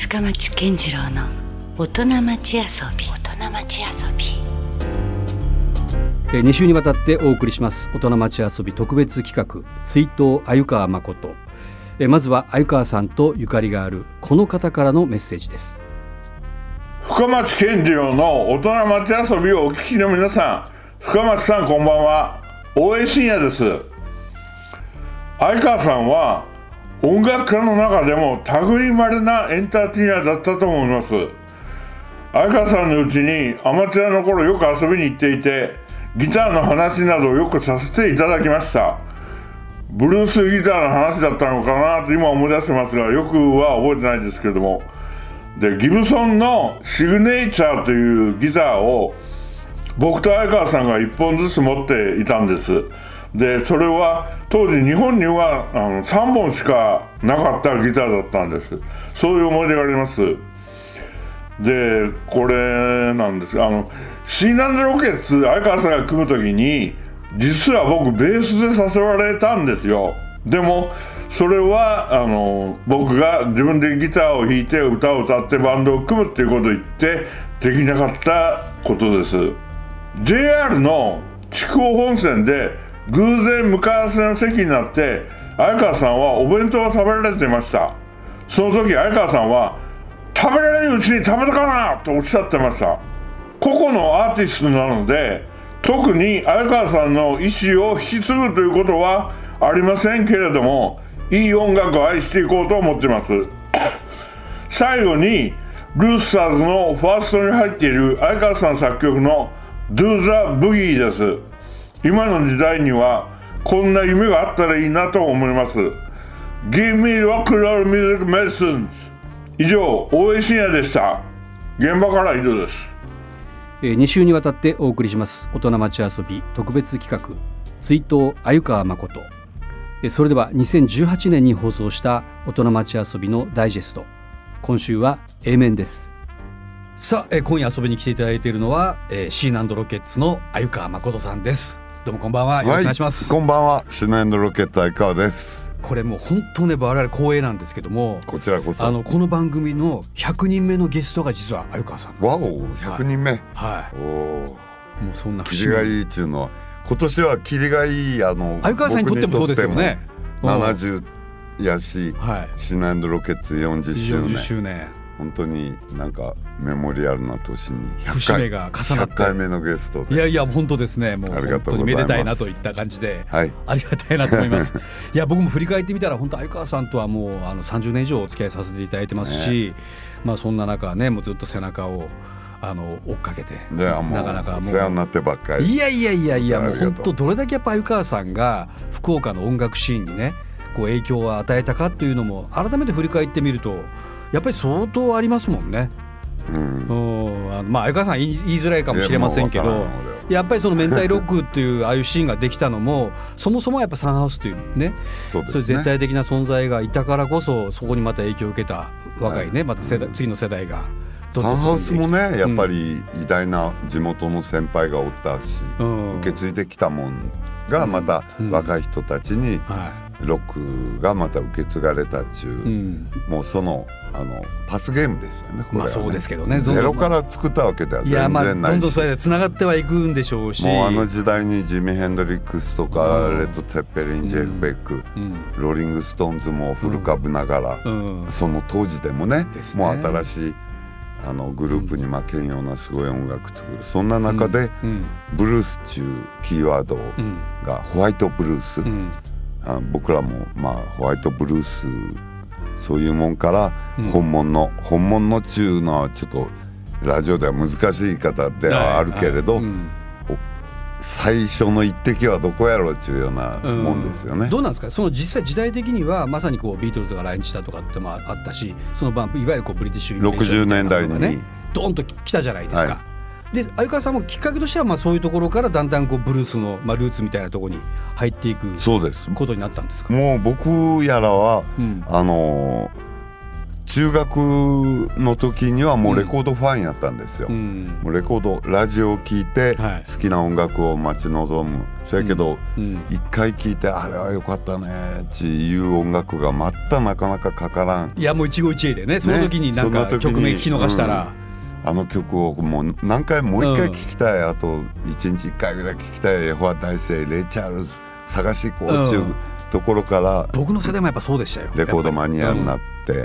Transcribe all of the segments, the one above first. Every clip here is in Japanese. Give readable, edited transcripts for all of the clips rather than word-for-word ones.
深町健次郎の大人町遊び。 2週にわたってお送りします大人町遊び特別企画、追悼鮎川誠。まずは鮎川さんとゆかりがあるこの方からのメッセージです。 深町健次郎の大人町遊びをお聞きの皆さん、深町さんこんばんは。大江信也です。鮎川さんは音楽家の中でも類いまれなエンターテイナーだったと思います。鮎川さんのうちにアマチュアの頃よく遊びに行っていて、ギターの話などをよくさせていただきました。ブルースギターの話だったのかなと今思い出してますが、よくは覚えてないですけれども、でギブソンのシグネイチャーというギターを僕と鮎川さんが1本ずつ持っていたんです。でそれは当時日本には3本しかなかったギターだったんです。そういう思い出があります。でこれなんですが、シーナンドロケッツ鮎川さんが組む時に実は僕ベースで誘われたんですよ。でもそれは僕が自分でギターを弾いて歌を歌ってバンドを組むっていうことを言ってできなかったことです。 JR の筑豊本線で偶然向かい合わせの席になって鮎川さんはお弁当を食べられていました。その時鮎川さんは食べられるうちに食べたかなとおっしゃってました。個々のアーティストなので特に鮎川さんの意思を引き継ぐということはありませんけれども、いい音楽を愛していこうと思っています最後にルースターズのファーストに入っている鮎川さん作曲の Do the Boogie です。今の時代にはこんな夢があったらいいなと思います。 Give me rock and roll music medicines。 以上、大江信也でした。現場から井戸です。 2週にわたってお送りします大人町遊び特別企画、追悼鮎川誠。それでは2018年に放送した大人町遊びのダイジェスト、今週は A 面です。さあ、今夜遊びに来ていただいているのは、シーナンドロケッツの鮎川誠さんです。どうもこんばんは、よろしくお願いします。 こんばんは、シーナンドロケッツ鮎川です。 これもう本当ね、我々光栄なんですけども、 こちらこそこの番組の100人目のゲストが実は鮎川さん。 わお、100人目。 はい、 おお、 もうそんな切りがいいっちゅうのは今年は切りがいい鮎川さんにとってもそうですよね。 70やし、 はい、 シーナンドロケッツ40周年、本当になんかメモリアルな年に節目が重なって 100回目のゲストで、 いや本当ですね、もう本当にめでたいなといった感じで、 はい、 ありがたいなと思いますいや僕も振り返ってみたら本当鮎川さんとはもう30年以上お付き合いさせていただいてますし、まあそんな中ね、もうずっと背中を追っかけて、なかなかもう世話になってばっかり。 いやもう本当どれだけやっぱ鮎川さんが福岡の音楽シーンにねこう影響を与えたかというのも改めて振り返ってみるとやっぱり相当ありますもんね。まあ鮎川さん言いづらいかもしれませんけど、やっぱりその明太ロックっていうああいうシーンができたのもそもそもやっぱサンハウスというね、そういう絶対的な存在がいたからこそ、そこにまた影響を受けた若いね、また次の世代がサンハウスもね、やっぱり偉大な地元の先輩がおったし、受け継いできたもんがまた若い人たちにロックがまた受け継がれたっちゅう、もうそのパスゲームですよね。これはね、 そうですけどね、 ゼロから作ったわけでは全然ないし、 どんどんそれでつながってはいくんでしょうし、 もう時代にジミ・ヘンドリックスとか、レッド・ツェッペリン、ジェフ・ベック、ローリング・ストーンズも古株ながら、その当時でもね、もう新しいグループに負けんようなすごい音楽作る。そんな中で、ブルースっていうキーワードがホワイトブルース、僕らもホワイトブルースそういうもんから本物っちゅうのはちょっとラジオでは難しい言い方ではあるけれど、最初の一滴はどこやろうっていうようなもんですよね。 どうなんですか、その実際時代的にはまさにこうビートルズが来日したとかってもあったし、そのいわゆるこうブリティッシュインベーションみたいなのがねドーンと来たじゃないですか。で鮎川さんもきっかけとしてはそういうところからだんだんこうブルースのルーツみたいなところに入っていくことになったんですか。 もう僕やらは、 中学の時にはもうレコードファンやったんですよ、もうレコードラジオを聴いて好きな音楽を待ち望む、そやけど一回聴いてあれは良かったねっていう音楽がまたなかなかかからん。 いやもう一期一会でね、その時になんか曲名聴き逃したら、 あの曲をもう何回もう一回聴きたい、あと一日一回ぐらい聴きたい、エホア大生レイ・チャールズ探し行こうっていうところから、 僕の世代もやっぱそうでしたよ。 レコードマニアになって、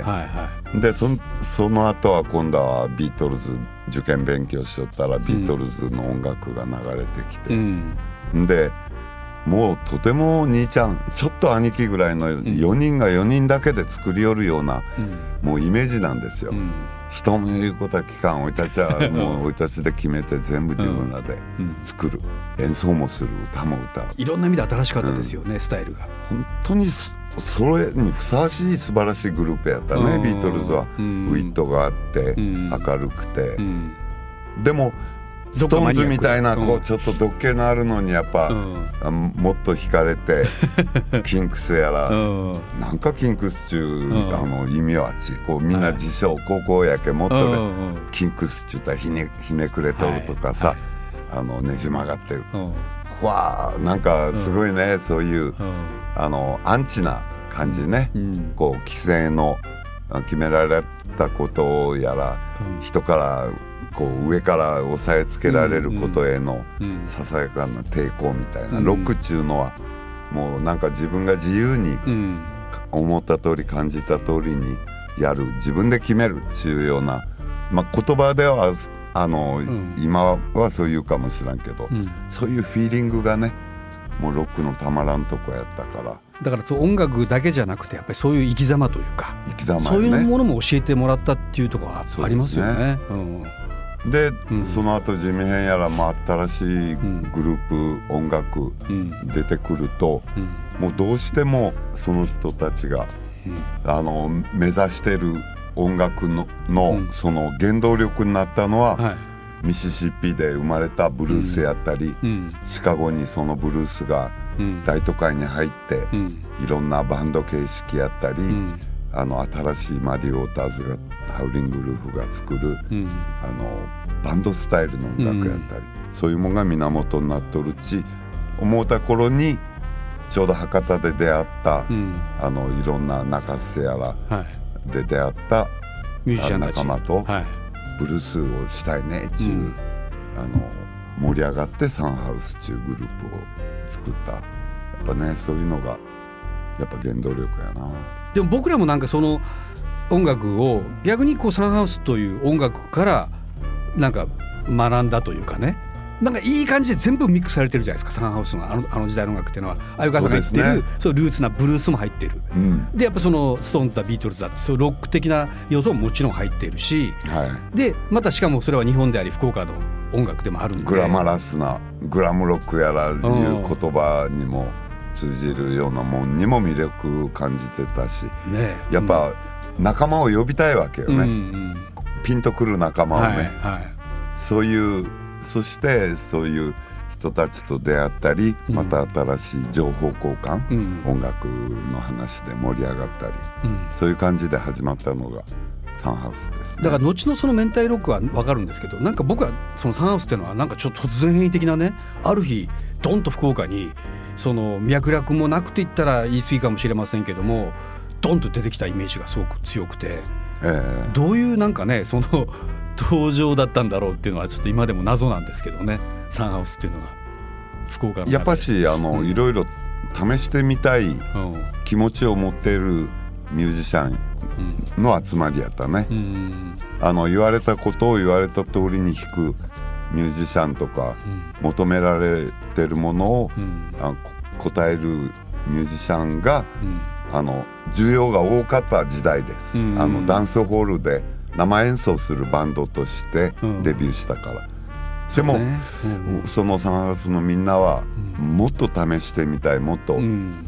でその後は今度はビートルズ受験勉強しとったらビートルズの音楽が流れてきて、でもうとても兄ちゃんちょっと兄貴ぐらいの4人が4人だけで作り寄るような、もうイメージなんですよ、人の言うことは聞かん、俺たちはもう俺たちで決めて全部自分らで作る、演奏もする、歌も歌う、 いろんな意味で新しかったですよね、スタイルが本当にそれにふさわしい素晴らしいグループやったね、ビートルズは。ウィットがあって明るくて、でもストーンズみたいなこうちょっと毒気のあるのにやっぱもっと惹かれてキンクスやらなんかキンクス中意味はちこうみんな自称高校やけもっとねキンクス中たらひねくれとるとかさ、ねじ曲がってる、わあなんかすごいね、そういうアンチな感じね、こう規制の決められたことやら、人からこう上から押さえつけられることへのささやかな抵抗みたいな、ロックっちゅうのはもうなんか自分が自由に思った通り感じた通りにやる、自分で決めるっていうような、言葉では今はそう言うかもしらんけど、そういうフィーリングがねもうロックのたまらんとこやったから。 だから音楽だけじゃなくてやっぱりそういう生き様というか、そういうものも教えてもらったっていうところはありますよね。 で、その後地味編やら新しいグループ、音楽出てくると、もうどうしてもその人たちが、目指してる音楽の、その原動力になったのは、ミシシッピで生まれたブルースやったり、シカゴにそのブルースが大都会に入って、いろんなバンド形式やったり、新しいマディ・ウォーターズがハウリング・ルーフが作る、バンドスタイルの音楽やったり、そういうものが源になっとるし、思った頃にちょうど博多で出会った、いろんな中洲やらで出会った仲間と、ブルースをしたいねっていう、盛り上がってサンハウスっていうグループを作った。やっぱねそういうのがやっぱ原動力やな。 でも僕らもなんかその音楽を逆にこうサンハウスという音楽からなんか学んだというかね、なんかいい感じで全部ミックスされてるじゃないですか、サンハウスのあの時代の音楽っていうのは鮎川さんが言ってるそうルーツなブルースも入ってる、でやっぱそのストーンズだビートルズだってそういうロック的な要素ももちろん入っているし、でまたしかもそれは日本であり福岡の音楽でもあるんで、 グラマラスなグラムロックやらいう言葉にも通じるようなもんにも魅力を感じてたし、やっぱ仲間を呼びたいわけよね、ピンとくる仲間をね、そういうそしてそういう人たちと出会ったり、また新しい情報交換、音楽の話で盛り上がったり、そういう感じで始まったのがサンハウスですね。 だから後のその明太ロックは分かるんですけど、なんか僕はそのサンハウスっていうのはなんかちょっと突然変異的なね、ある日ドンと福岡にその脈絡もなくて言ったら言い過ぎかもしれませんけども、ドンと出てきたイメージがすごく強くて、どういうなんかねその登場だったんだろうっていうのはちょっと今でも謎なんですけどね、サンハウスっていうのは福岡の中でやっぱしいろいろ試してみたい気持ちを持っているミュージシャンの集まりやったね、言われたことを言われた通りに弾くミュージシャンとか、求められてるものを、答えるミュージシャンが、需要が多かった時代です、ダンスホールで生演奏するバンドとしてデビューしたから、でもそのサンハウスのみんなはもっと試してみたい、もっと、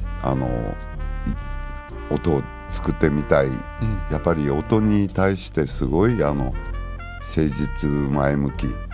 音を作ってみたい、やっぱり音に対してすごい誠実前向き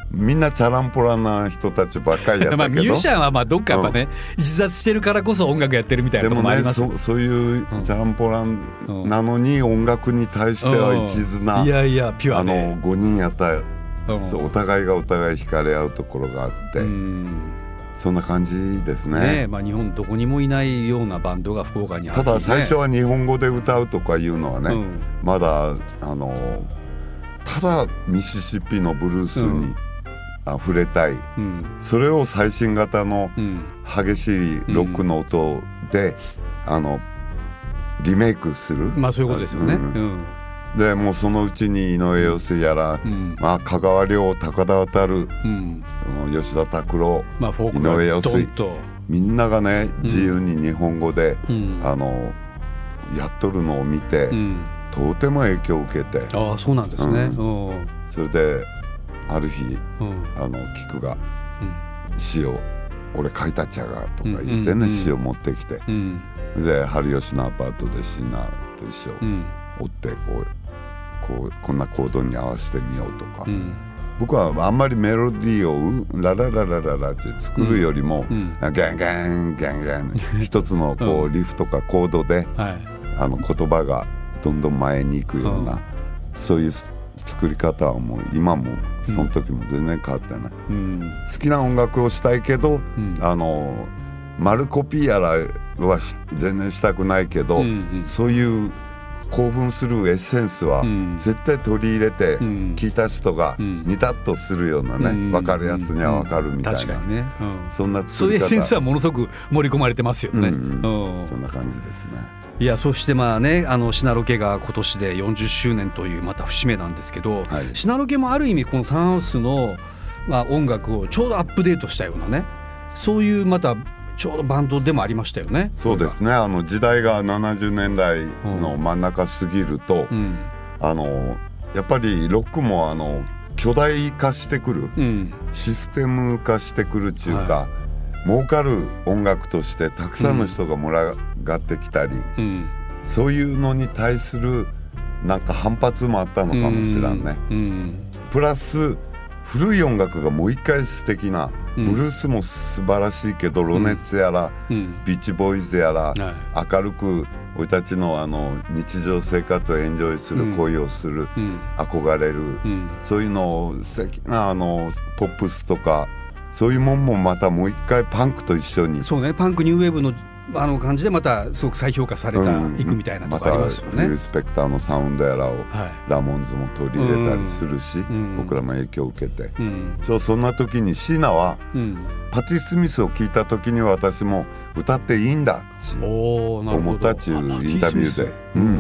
みんなチャランポランな人たちばっかりやったけどまあミュージシャンはまあどっかやっぱね、自殺してるからこそ音楽やってるみたいなところもあります。 でもね、そういうチャランポランなのに音楽に対しては一途な、 いやいやピュアね、 5人やったらお互いがお互い惹かれ合うところがあって、そんな感じですね。 まあ、日本どこにもいないようなバンドが福岡にある、ね、 ただ最初は日本語で歌うとかいうのはね、まだただミシシッピのブルースに触れたい、それを最新型の激しいロックの音で、リメイクする、 まあそういうことですよね。 でもうそのうちに井上陽水やら、香川亮、高田渡、吉田拓郎、井上陽水、みんながね自由に日本語で、やっとるのを見て、とても影響を受けて、 ああそうなんですね。 それである日、菊が詩を俺書いたっちゃがとか言ってね、詩を持ってきて、で春吉のアパートでシナと一緒追ってこんなコードに合わせてみようとか、僕はあんまりメロディーをララララララって作るよりも、ガンガンガンガン一つのリフとかコードで、言葉がどんどん前に行くような、そういう作り方はもう今もその時も全然変わってない、好きな音楽をしたいけど、丸コピーやらは全然したくないけど、そういう興奮するエッセンスは絶対取り入れて、聴いた人がニタッとするようなね、分かるやつには分かるみたいな、 確かにね、 そんな作り方、 そういうエッセンスはものすごく盛り込まれてますよね。 そんな感じですね。 いや、そしてまあね、シナロケが今年で40周年というまた節目なんですけど、シナロケもある意味このサンハウスの、音楽をちょうどアップデートしたようなね、そういうまたちょうどバンドでもありましたよね。 そうですね。時代が70年代の真ん中過ぎると、やっぱりロックも巨大化してくる、システム化してくるっていうか、儲かる音楽としてたくさんの人が群がってきたり、そういうのに対するなんか反発もあったのかもしれんね。プラス古い音楽がもう一回素敵な、ブルースも素晴らしいけど、ロネッツやら、ビーチボーイズやら、明るく俺たちの日常生活をエンジョイする、恋をする、憧れる、そういうのを素敵なポップスとか、そういうもんもまたもう一回パンクと一緒に、 そうね、パンクニューウェーブの感じでまたすごく再評価されたいくみたいなとこありますよね。 またフィル・スペクターのサウンドやらをラモンズも取り入れたりするし、僕らも影響を受けて、そんな時にシナは、パティ・スミスを聞いた時に私も歌っていいんだって思ったっていうインタビューで、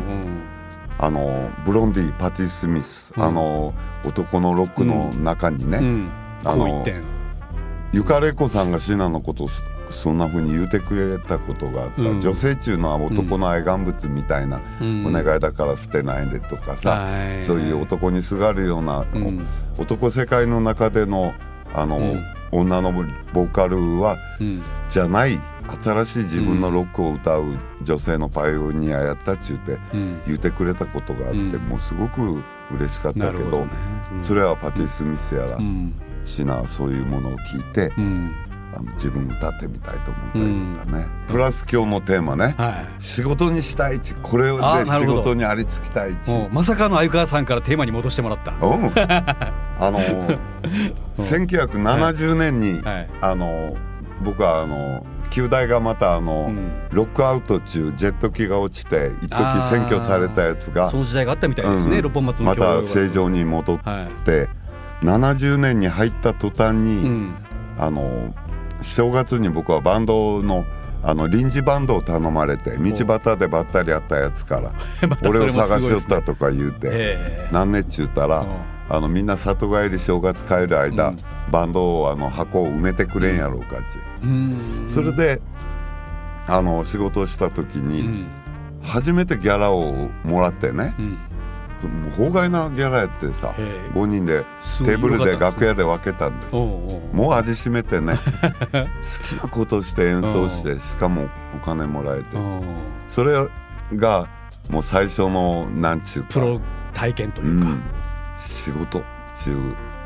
ブロンディ、パティ・スミス、男のロックの中にね、ゆかれこさんがシナのことをそんな風に言うてくれたことがあった、女性っていうのは男の愛玩物みたいな、お願いだから捨てないでとかさ、そういう男にすがるような、男世界の中での女のボーカルは、じゃない新しい自分のロックを歌う女性のパイオニアやったって言ってくれたことがあって、もうすごく嬉しかったけど、それはパティ・スミスやら、シナはそういうものを聞いて、自分歌ってみたいと思ったんだね。プラス今日のテーマね、仕事にしたいち、これで仕事にありつきたいち、 まさかの鮎川さんからテーマに戻してもらった。 1970年に、僕は旧大がまたロックアウト中ジェット機が落ちて一時占拠されたやつが、 その時代があったみたいですね、六本松のまた正常に戻って、70年に入った途端に、正月に僕はバンドの臨時バンドを頼まれて、道端でばったり会ったやつから俺を探しよったとか言うて、何ねっちゅうたら、みんな里帰り正月帰る間、バンドを箱を埋めてくれんやろうかって、それで仕事をした時に、初めてギャラをもらってね、法外なギャラやってさ、5人でテーブルで楽屋で分けたんです。もう味しめてね好きなことして演奏して、しかもお金もらえて、それがもう最初のなんちゅうかプロ体験というか、 仕事っていう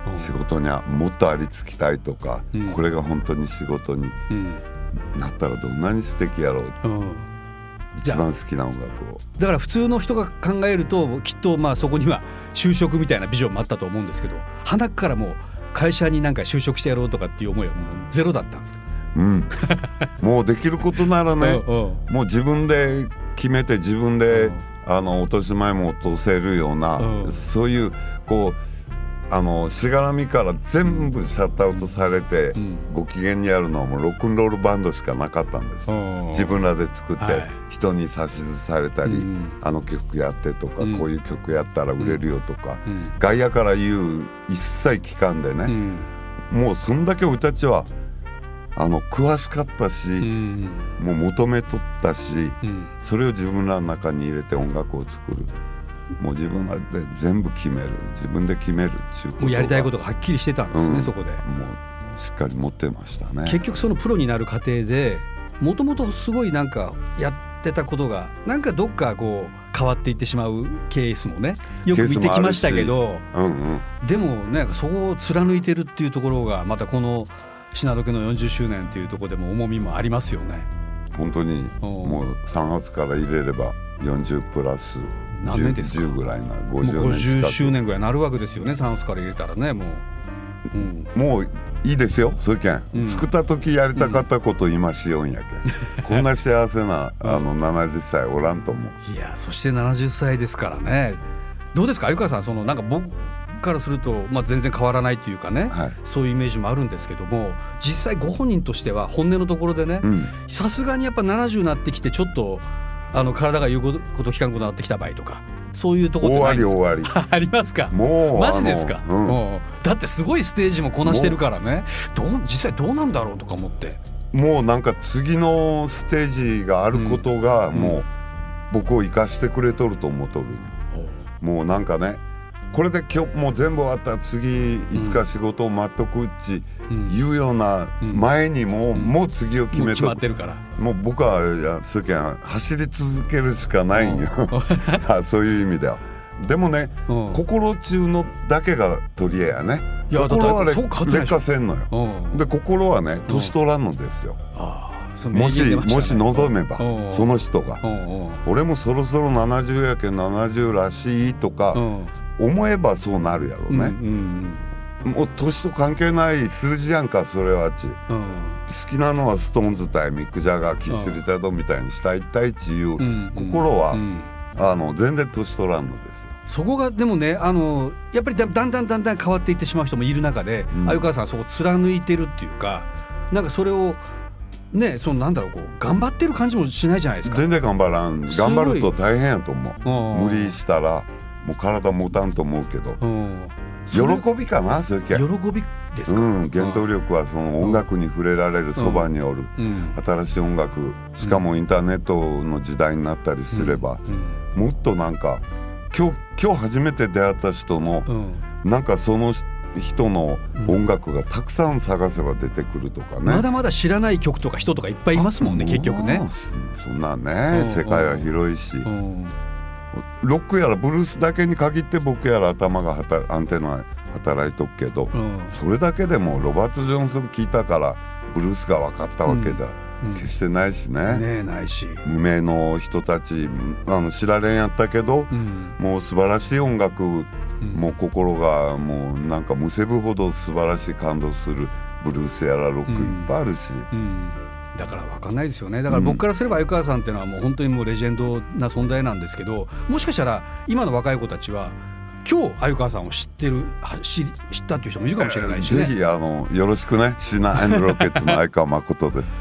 仕事にはもっとありつきたいとか、これが本当に仕事になったらどんなに素敵やろうって、一番好きな音楽を。 だから普通の人が考えるときっとまあそこには就職みたいなビジョンもあったと思うんですけど、鼻からもう会社になんか就職してやろうとかっていう思いはもうゼロだったんですか？ もうできることならねもう自分で決めて自分で落とし前も落とせるような、そういうこうしがらみから全部シャットアウトされて、ご機嫌にやるのはもうロックンロールバンドしかなかったんです。自分らで作って人に指図されたり、あの曲やってとか、こういう曲やったら売れるよとか、外野から言う一切聞かんでね、もうそんだけ俺たちは詳しかったし、もう求めとったし、それを自分らの中に入れて音楽を作る。もう自分らで全部決める、自分で決めるっていうことがもうやりたいことがはっきりしてたんですね、そこで。 もうしっかり持ってましたね。 結局そのプロになる過程でもともとすごいなんかやってたことがなんかどっかこう変わっていってしまうケースもねよく見てきましたけど、でもなんかそこを貫いてるっていうところがまたこのシナロケの40周年っていうところでも重みもありますよね。 本当にもう3月から入れれば40プラス何年ですか？ 10ぐらいな50 年近く 50 周年ぐらいなるわけですよね。3月から入れたらねもういいですよ。そういうけん、作った時やりたかったことを今しようんやけん、こんな幸せな70歳おらんと思う。 いやそして70歳ですからね。どうですか鮎川さん、そのなんか僕からすると、全然変わらないというかね、そういうイメージもあるんですけども、実際ご本人としては本音のところでね、さすがにやっぱ70になってきてちょっと体が言うこと聞かんくなってきた場合とか、そういうところってないんですか？ 終わりありますか？ もうマジですか？だってすごいステージもこなしてるからね、実際どうなんだろうとか思って、もうなんか次のステージがあることがもう僕を生かしてくれとると思っとる。もうなんかね、これで今日もう全部終わったら次いつか仕事を待っとくっちいうような前にもう次を決めとく。 決まってるからもう僕はそうけん走り続けるしかないんよそういう意味では。でもね、心中のだけが取り柄やね。心は劣化せんのよ。で心はね年取らんのですよ。もし望めばその人が俺もそろそろ70やけん70らしいとか思えばそうなるやろうね。もう年と関係ない数字やんか、それは好きなのはストーンズ対ミック・ジャガー、キース・リチャードみたいにしたいたいっていう心は全然年取らんのですよ。 そこがでもねやっぱりだんだん変わっていってしまう人もいる中で、鮎川さんはそこを貫いてるっていうか、なんかそれをね、なんだろう、こう頑張ってる感じもしないじゃないですか。 全然頑張らん。頑張ると大変やと思う。無理したらもう体持たんと思うけど、喜びかな。それ喜びですか？ 原動力はその音楽に触れられる、そばにおる、新しい音楽、しかもインターネットの時代になったりすれば、もっとなんか今日初めて出会った人の、なんかその人の音楽がたくさん探せば出てくるとかね。 まだまだ知らない曲とか人とかいっぱいいますもんね、結局ね。 そんなね、世界は広いし、ロックやらブルースだけに限って僕やら頭がアンテナ働いとくけど、それだけでもロバート・ジョンソン聞いたからブルースが分かったわけだ、決してないしね。 ないし、 無名の人たち知られんやったけど、もう素晴らしい音楽、もう心がもうなんかむせぶほど素晴らしい感動するブルースやらロックいっぱいあるし、 だから分かんないですよね。だから僕からすれば鮎川さんっていうのはもう本当にもうレジェンドな存在なんですけど、もしかしたら今の若い子たちは今日鮎川さんを知ったっていう人もいるかもしれないしね。 ぜひよろしくね。シナ&ロケッツの鮎川誠です。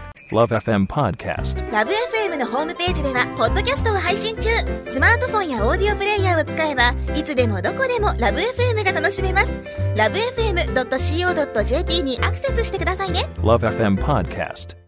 LoveFM Podcast。LoveFM のホームページではポッドキャストを配信中。スマートフォンやオーディオプレイヤーを使えばいつでもどこでも LoveFM が楽しめます。LoveFM.co.jp にアクセスしてくださいね。LoveFM Podcast。